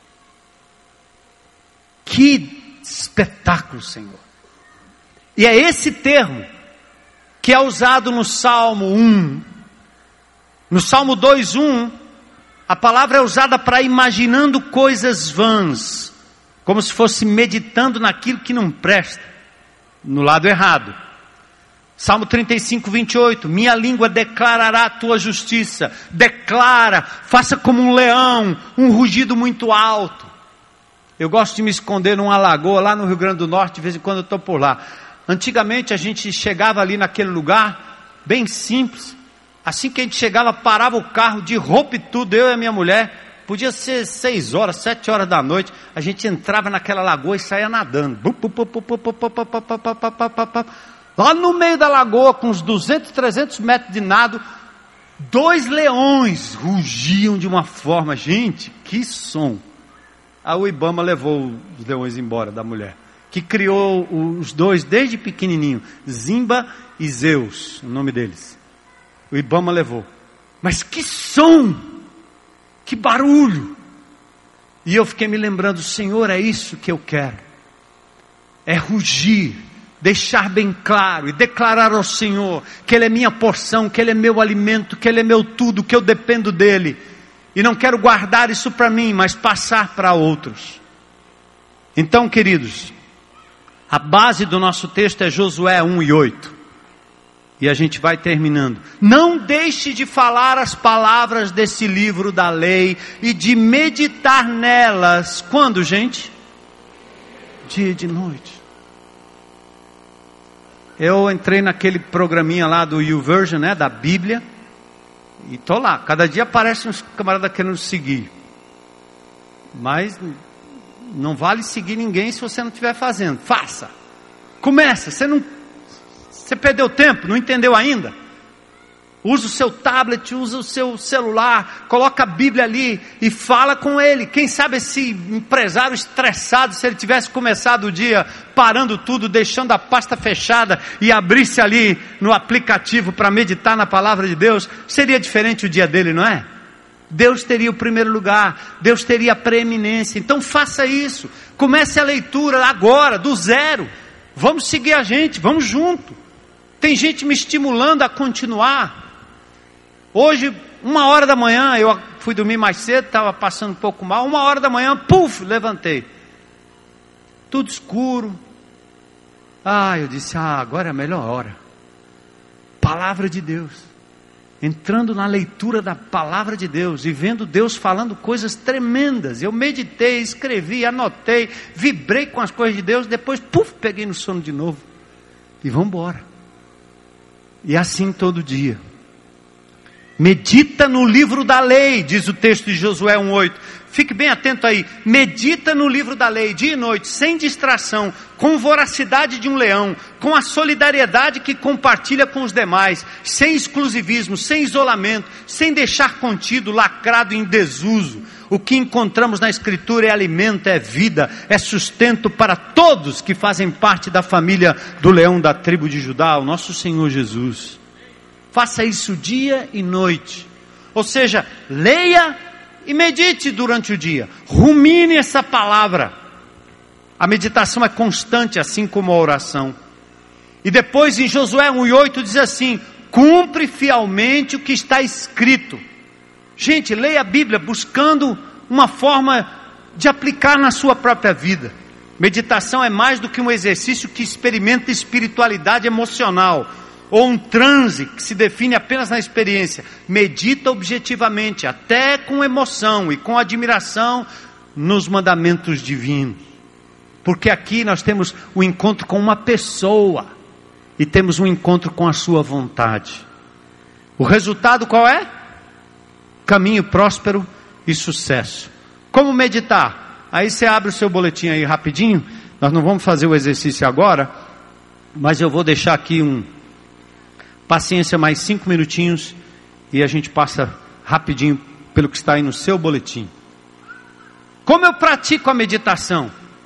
Que espetáculo, Senhor! E é esse termo que é usado no Salmo 1, no Salmo 2:1, A palavra é usada para imaginando coisas vãs, como se fosse meditando naquilo que não presta, no lado errado. Salmo 35, 28, minha língua declarará a tua justiça. Declara, faça como um leão, um rugido muito alto. Eu gosto de me esconder numa lagoa lá no Rio Grande do Norte, de vez em quando eu estou por lá. Antigamente a gente chegava ali naquele lugar, bem simples. Assim que a gente chegava, parava o carro de roupa e tudo, eu e a minha mulher. Podia ser 6 horas, 7 horas da noite. A gente entrava naquela lagoa e saía nadando. Lá no meio da lagoa, com uns 200, 300 metros de nado, 2 leões rugiam de uma forma. Gente, que som! Aí o Ibama levou os leões embora da mulher, que criou os 2 desde pequenininho, Zimba e Zeus, o nome deles. O Ibama levou. Mas que som! Que barulho! E eu fiquei me lembrando, Senhor, é isso que eu quero. É rugir, deixar bem claro e declarar ao Senhor que Ele é minha porção, que Ele é meu alimento, que Ele é meu tudo, que eu dependo dEle. E não quero guardar isso para mim, mas passar para outros. Então, queridos, a base do nosso texto é Josué 1 e 8. E a gente vai terminando. Não deixe de falar as palavras desse livro da lei e de meditar nelas. Quando, gente? Dia e de noite. Eu entrei naquele programinha lá do YouVersion, né, da Bíblia. E tô lá. Cada dia aparece uns camaradas querendo seguir. Mas não vale seguir ninguém se você não estiver fazendo. Faça. Começa. Você perdeu tempo, não entendeu ainda? Usa o seu tablet, usa o seu celular, coloca a Bíblia ali e fala com ele. Quem sabe esse empresário estressado, se ele tivesse começado o dia parando tudo, deixando a pasta fechada e abrisse ali no aplicativo para meditar na palavra de Deus, seria diferente o dia dele, não é? Deus teria o primeiro lugar, Deus teria a preeminência. Então faça isso, comece a leitura agora, do zero. Vamos seguir a gente, vamos junto. Tem gente me estimulando a continuar. Hoje, 1h da manhã, eu fui dormir mais cedo, estava passando um pouco mal. 1h da manhã, puf, levantei. Tudo escuro. Eu disse, agora é a melhor hora. Palavra de Deus. Entrando na leitura da palavra de Deus e vendo Deus falando coisas tremendas. Eu meditei, escrevi, anotei, vibrei com as coisas de Deus. Depois, puf, peguei no sono de novo. E vamos embora. E assim todo dia. Medita no livro da lei, diz o texto de Josué 1:8. Fique bem atento aí. Medita no livro da lei, dia e noite, sem distração, com voracidade de um leão, com a solidariedade que compartilha com os demais, sem exclusivismo, sem isolamento, sem deixar contido, lacrado em desuso. O que encontramos na Escritura é alimento, é vida, é sustento para todos que fazem parte da família do leão da tribo de Judá, o nosso Senhor Jesus. Faça isso dia e noite. Ou seja, leia e medite durante o dia. Rumine essa palavra. A meditação é constante, assim como a oração. E depois em Josué 1:8 diz assim: cumpre fielmente o que está escrito. Gente, leia a Bíblia buscando uma forma de aplicar na sua própria vida. Meditação é mais do que um exercício que experimenta espiritualidade emocional, ou um transe que se define apenas na experiência. Medita objetivamente, até com emoção e com admiração, nos mandamentos divinos. Porque aqui nós temos o encontro com uma pessoa, e temos um encontro com a sua vontade. O resultado qual é? Caminho próspero e sucesso. Como meditar? Aí você abre o seu boletim aí rapidinho. Nós não vamos fazer o exercício agora, mas eu vou deixar aqui paciência, mais 5 minutinhos, e a gente passa rapidinho pelo que está aí no seu boletim. Como eu pratico a meditação?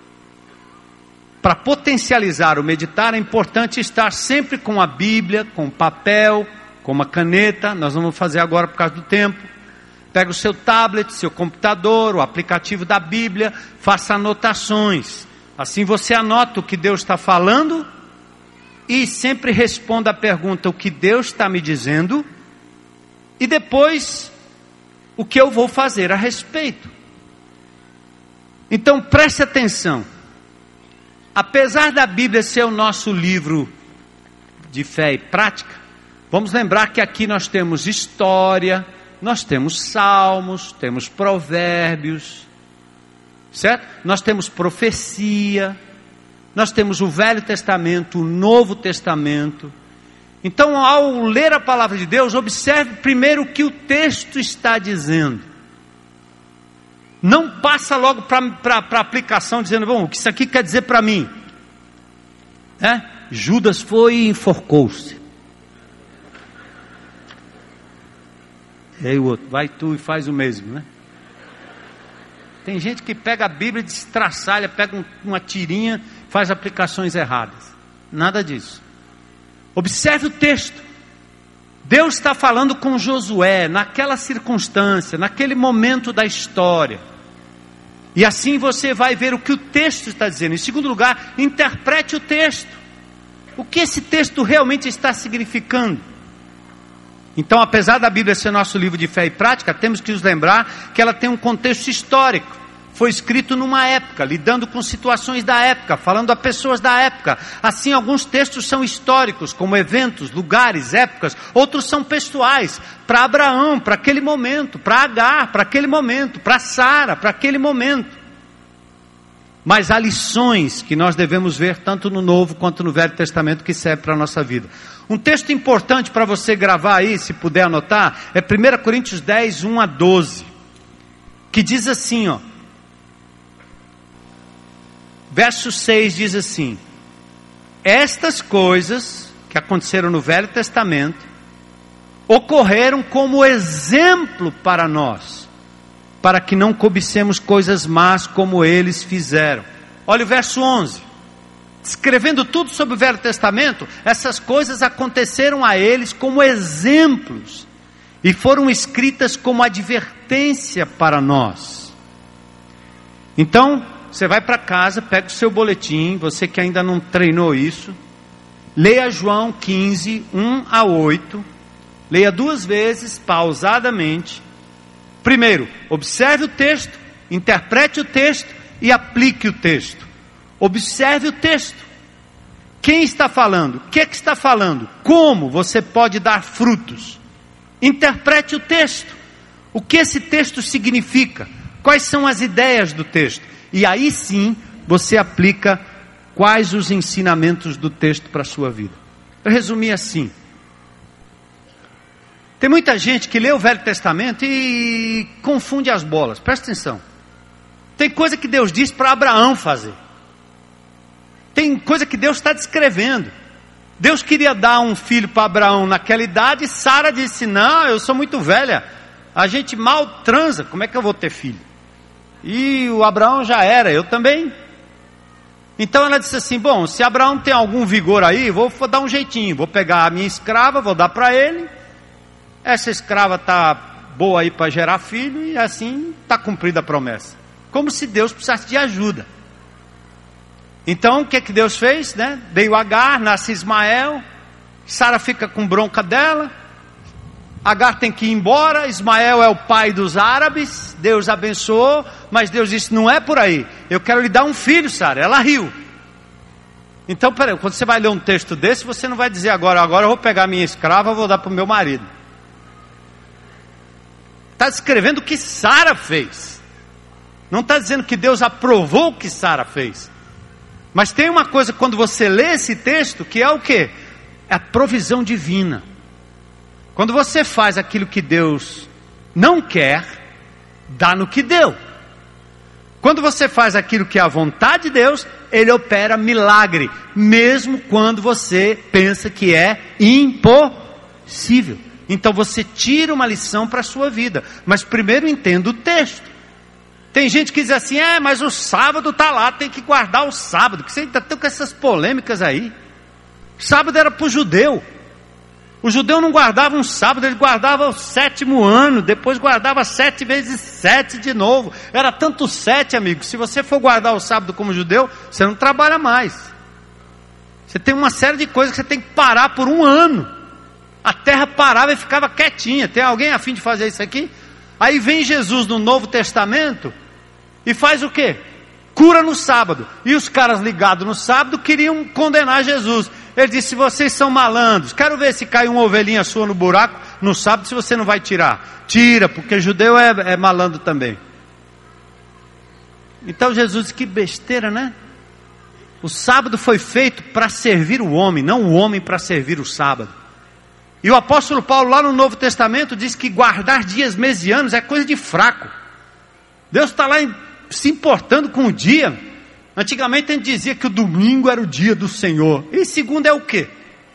Para potencializar o meditar, é importante estar sempre com a Bíblia, com papel, com uma caneta. Nós não vamos fazer agora por causa do tempo. Pega o seu tablet, seu computador, o aplicativo da Bíblia, faça anotações. Assim você anota o que Deus está falando e sempre responda a pergunta: o que Deus está me dizendo? E depois o que eu vou fazer a respeito. Então preste atenção. Apesar da Bíblia ser o nosso livro de fé e prática, vamos lembrar que aqui nós temos história, nós temos salmos, temos provérbios, certo? Nós temos profecia, nós temos o Velho Testamento, o Novo Testamento. Então, ao ler a palavra de Deus, observe primeiro o que o texto está dizendo. Não passa logo para a aplicação, dizendo, bom, o que isso aqui quer dizer para mim? Judas foi e enforcou-se. E aí o outro, vai tu e faz o mesmo, né? Tem gente que pega a Bíblia, destraçalha, pega uma tirinha, faz aplicações erradas. Nada disso. Observe o texto. Deus está falando com Josué, naquela circunstância, naquele momento da história. E assim você vai ver o que o texto está dizendo. Em segundo lugar, interprete o texto. O que esse texto realmente está significando? Então, apesar da Bíblia ser nosso livro de fé e prática, temos que nos lembrar que ela tem um contexto histórico. Foi escrito numa época, lidando com situações da época, falando a pessoas da época. Assim, alguns textos são históricos, como eventos, lugares, épocas. Outros são pessoais, para Abraão, para aquele momento, para Agar, para aquele momento, para Sara, para aquele momento. Mas há lições que nós devemos ver tanto no Novo quanto no Velho Testamento que serve para a nossa vida. Um texto importante para você gravar aí, se puder anotar, é 1 Coríntios 10, 1 a 12. Que diz assim, ó. Verso 6 diz assim: estas coisas que aconteceram no Velho Testamento ocorreram como exemplo para nós, para que não cobicemos coisas más como eles fizeram. Olha o verso 11. Descrevendo tudo sobre o Velho Testamento, essas coisas aconteceram a eles como exemplos e foram escritas como advertência para nós. Então, você vai para casa, pega o seu boletim, você que ainda não treinou isso, leia João 15, 1 a 8, leia 2 vezes, pausadamente. Primeiro, observe o texto, interprete o texto e aplique o texto. Observe o texto. Quem está falando? O que é que está falando? Como você pode dar frutos? Interprete o texto. O que esse texto significa? Quais são as ideias do texto? E aí sim, você aplica quais os ensinamentos do texto para a sua vida. Eu resumi assim. Tem muita gente que lê o Velho Testamento e confunde as bolas. Presta atenção. Tem coisa que Deus diz para Abraão fazer. Tem coisa que Deus está descrevendo. Deus queria dar um filho para Abraão naquela idade e Sara disse, não, eu sou muito velha. A gente mal transa, como é que eu vou ter filho? E o Abraão já era, eu também. Então ela disse assim, bom, se Abraão tem algum vigor aí, vou dar um jeitinho. Vou pegar a minha escrava, vou dar para ele. Essa escrava está boa aí para gerar filho e assim está cumprida a promessa. Como se Deus precisasse de ajuda. Então o que Deus fez? Né? Veio Agar, nasce Ismael. Sara fica com bronca dela. Agar tem que ir embora. Ismael é o pai dos árabes. Deus abençoou, mas Deus disse, não é por aí. Eu quero lhe dar um filho, Sara. Ela riu. Então, peraí, quando você vai ler um texto desse, você não vai dizer agora eu vou pegar minha escrava e vou dar para o meu marido. Está descrevendo o que Sara fez. Não está dizendo que Deus aprovou o que Sara fez. Mas tem uma coisa, quando você lê esse texto, que é o quê? É a provisão divina. Quando você faz aquilo que Deus não quer, dá no que deu. Quando você faz aquilo que é a vontade de Deus, Ele opera milagre, mesmo quando você pensa que é impossível. Então você tira uma lição para a sua vida, mas primeiro entenda o texto. Tem gente que diz assim, mas o sábado está lá, tem que guardar o sábado, que você ainda está com essas polêmicas aí. Sábado era para o judeu. O judeu não guardava um sábado, ele guardava o 7º ano, depois guardava 7 vezes 7 de novo. Era tanto 7, amigo, se você for guardar o sábado como judeu, você não trabalha mais. Você tem uma série de coisas que você tem que parar por 1 ano. A terra parava e ficava quietinha. Tem alguém a fim de fazer isso aqui? Aí vem Jesus no Novo Testamento e faz o quê? Cura no sábado. E os caras ligados no sábado queriam condenar Jesus. Ele disse: vocês são malandros, quero ver se cai uma ovelhinha sua no buraco no sábado, se você não vai tirar. Tira, porque judeu é malandro também. Então Jesus disse: que besteira, né? O sábado foi feito para servir o homem, não o homem para servir o sábado. E o apóstolo Paulo lá no Novo Testamento diz que guardar dias, meses e anos é coisa de fraco. Deus está lá se importando com o dia. Antigamente a gente dizia que o domingo era o dia do Senhor. E segunda é o quê?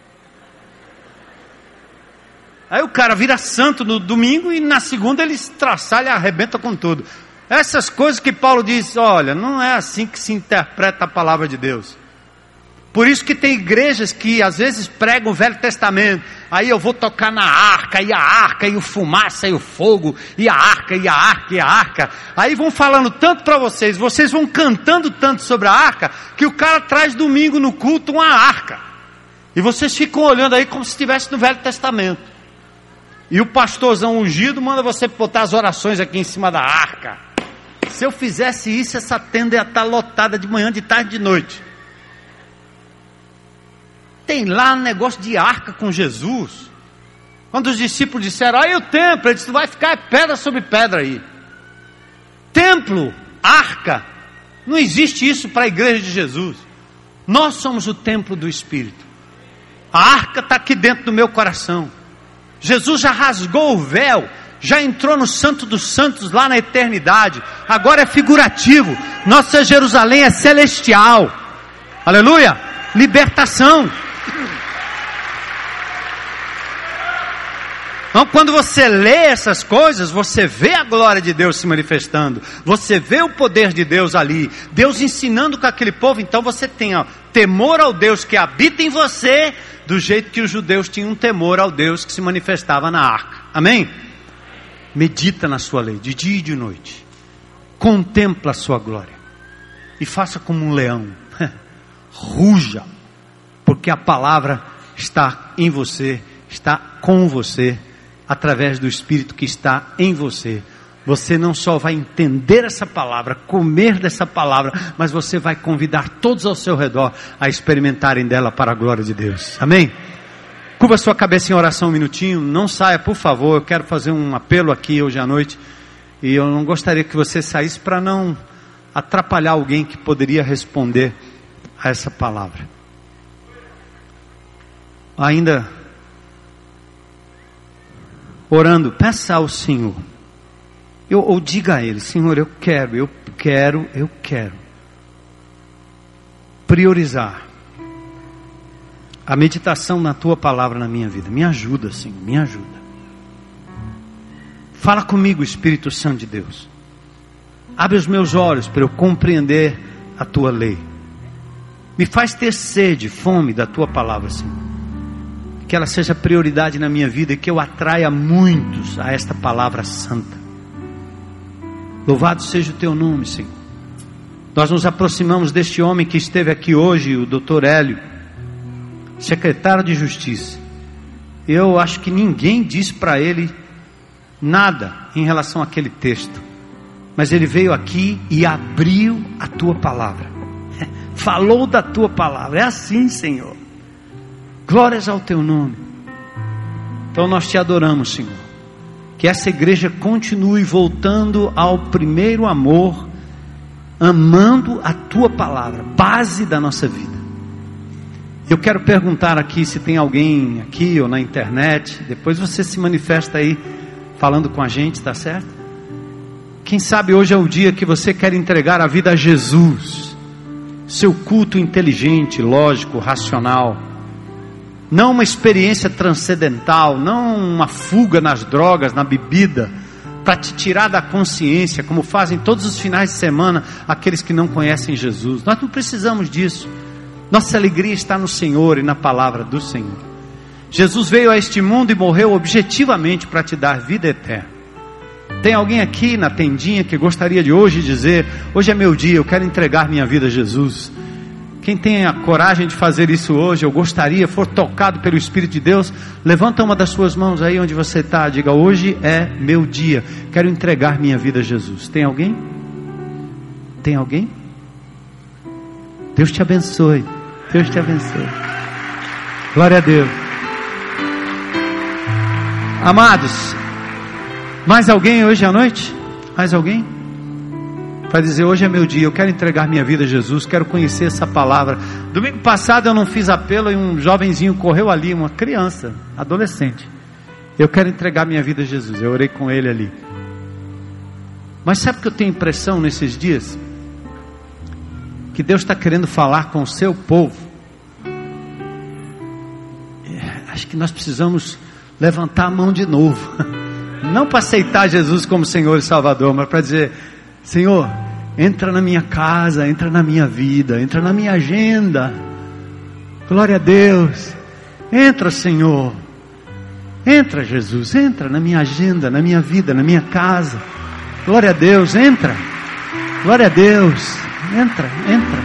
Aí o cara vira santo no domingo e na segunda ele estraçalha, arrebenta com tudo. Essas coisas que Paulo diz: olha, não é assim que se interpreta a palavra de Deus. Por isso que tem igrejas que às vezes pregam o Velho Testamento. Aí eu vou tocar na arca, e o fumaça, e o fogo, e a arca, e a arca, e a arca. Aí vão falando tanto para vocês vão cantando tanto sobre a arca, que o cara traz domingo no culto uma arca. E vocês ficam olhando aí como se estivesse no Velho Testamento. E o pastorzão ungido manda você botar as orações aqui em cima da arca. Se eu fizesse isso, essa tenda ia estar lotada de manhã, de tarde, de noite. Tem lá um negócio de arca com Jesus. Quando os discípulos disseram: aí o templo, ele disse: vai ficar pedra sobre pedra aí. Templo, arca, não existe isso para a igreja de Jesus. Nós somos o templo do Espírito. A arca está aqui dentro do meu coração. Jesus já rasgou o véu, já entrou no Santo dos Santos lá na eternidade. Agora é figurativo. Nossa Jerusalém é celestial. Aleluia! Libertação. Então, quando você lê essas coisas, você vê a glória de Deus se manifestando, você vê o poder de Deus ali, Deus ensinando com aquele povo. Então você tem temor ao Deus que habita em você, do jeito que os judeus tinham temor ao Deus que se manifestava na arca. Amém? Medita na sua lei, de dia e de noite, contempla a sua glória, e faça como um leão, ruja, porque a palavra está em você, está com você, através do Espírito que está em você. Você não só vai entender essa palavra, comer dessa palavra, mas você vai convidar todos ao seu redor a experimentarem dela para a glória de Deus. Amém? Curva sua cabeça em oração um minutinho, não saia, por favor. Eu quero fazer um apelo aqui hoje à noite, e eu não gostaria que você saísse para não atrapalhar alguém que poderia responder a essa palavra. Ainda orando, peça ao Senhor, ou diga a Ele: Senhor, eu quero priorizar a meditação na Tua palavra na minha vida. Me ajuda, Senhor, me ajuda. Fala comigo, Espírito Santo de Deus. Abre os meus olhos para eu compreender a Tua lei. Me faz ter sede, fome da Tua palavra, Senhor. Que ela seja prioridade na minha vida e que eu atraia muitos a esta palavra santa. Louvado seja o Teu nome, Senhor. Nós nos aproximamos deste homem que esteve aqui hoje, o Dr. Hélio, secretário de Justiça. Eu acho que ninguém disse para ele nada em relação àquele texto, mas ele veio aqui e abriu a Tua palavra, falou da Tua palavra. É assim, Senhor. Glórias ao Teu nome. Então nós Te adoramos, Senhor. Que essa igreja continue voltando ao primeiro amor, amando a Tua palavra, base da nossa vida. Eu quero perguntar aqui se tem alguém aqui ou na internet. Depois você se manifesta aí falando com a gente, tá certo? Quem sabe hoje é o dia que você quer entregar a vida a Jesus. Seu culto inteligente, lógico, racional. Não uma experiência transcendental, não uma fuga nas drogas, na bebida, para te tirar da consciência, como fazem todos os finais de semana aqueles que não conhecem Jesus. Nós não precisamos disso. Nossa alegria está no Senhor e na palavra do Senhor. Jesus veio a este mundo e morreu objetivamente para te dar vida eterna. Tem alguém aqui na tendinha que gostaria de hoje dizer: hoje é meu dia, eu quero entregar minha vida a Jesus. Quem tem a coragem de fazer isso hoje, eu gostaria, for tocado pelo Espírito de Deus, levanta uma das suas mãos aí onde você está, diga: hoje é meu dia, quero entregar minha vida a Jesus. Tem alguém? Tem alguém? Deus te abençoe, Deus te abençoe. Glória a Deus. Amados, mais alguém hoje à noite? Mais alguém? Para dizer: hoje é meu dia, eu quero entregar minha vida a Jesus, quero conhecer essa palavra. Domingo passado eu não fiz apelo e um jovenzinho correu ali, uma criança, adolescente. Eu quero entregar minha vida a Jesus, eu orei com ele ali. Mas sabe o que eu tenho impressão nesses dias? Que Deus está querendo falar com o seu povo. Acho que nós precisamos levantar a mão de novo. Não para aceitar Jesus como Senhor e Salvador, mas para dizer: Senhor, entra na minha casa, entra na minha vida, entra na minha agenda. Glória a Deus. Entra, Senhor. Entra, Jesus, entra na minha agenda, na minha vida, na minha casa. Glória a Deus, entra. Glória a Deus. Entra, entra.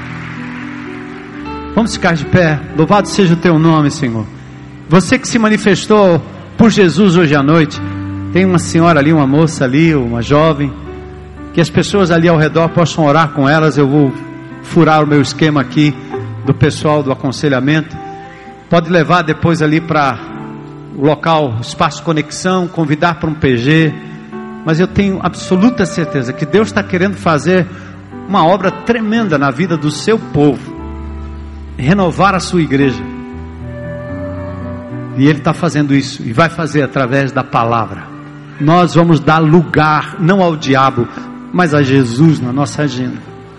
Vamos ficar de pé. Louvado seja o teu nome, Senhor. Você que se manifestou por Jesus hoje à noite. Tem uma senhora ali, uma moça ali, uma jovem. Que as pessoas ali ao redor possam orar com elas. Eu vou furar o meu esquema aqui do pessoal do aconselhamento. Pode levar depois ali para o local, espaço conexão, convidar para um PG. Mas eu tenho absoluta certeza que Deus está querendo fazer uma obra tremenda na vida do seu povo. Renovar a sua igreja. E Ele está fazendo isso. E vai fazer através da palavra. Nós vamos dar lugar, não ao diabo, mas a Jesus na nossa agenda.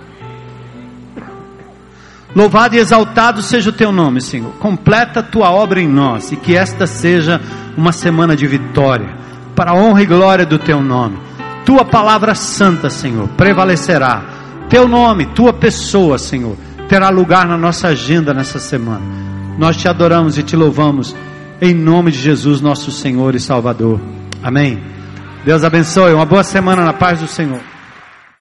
Louvado e exaltado seja o teu nome, Senhor. Completa a tua obra em nós. E que esta seja uma semana de vitória, para a honra e glória do teu nome. Tua palavra santa, Senhor, prevalecerá. Teu nome, tua pessoa, Senhor, terá lugar na nossa agenda nessa semana. Nós te adoramos e te louvamos em nome de Jesus, nosso Senhor e Salvador. Amém. Deus abençoe. Uma boa semana na paz do Senhor.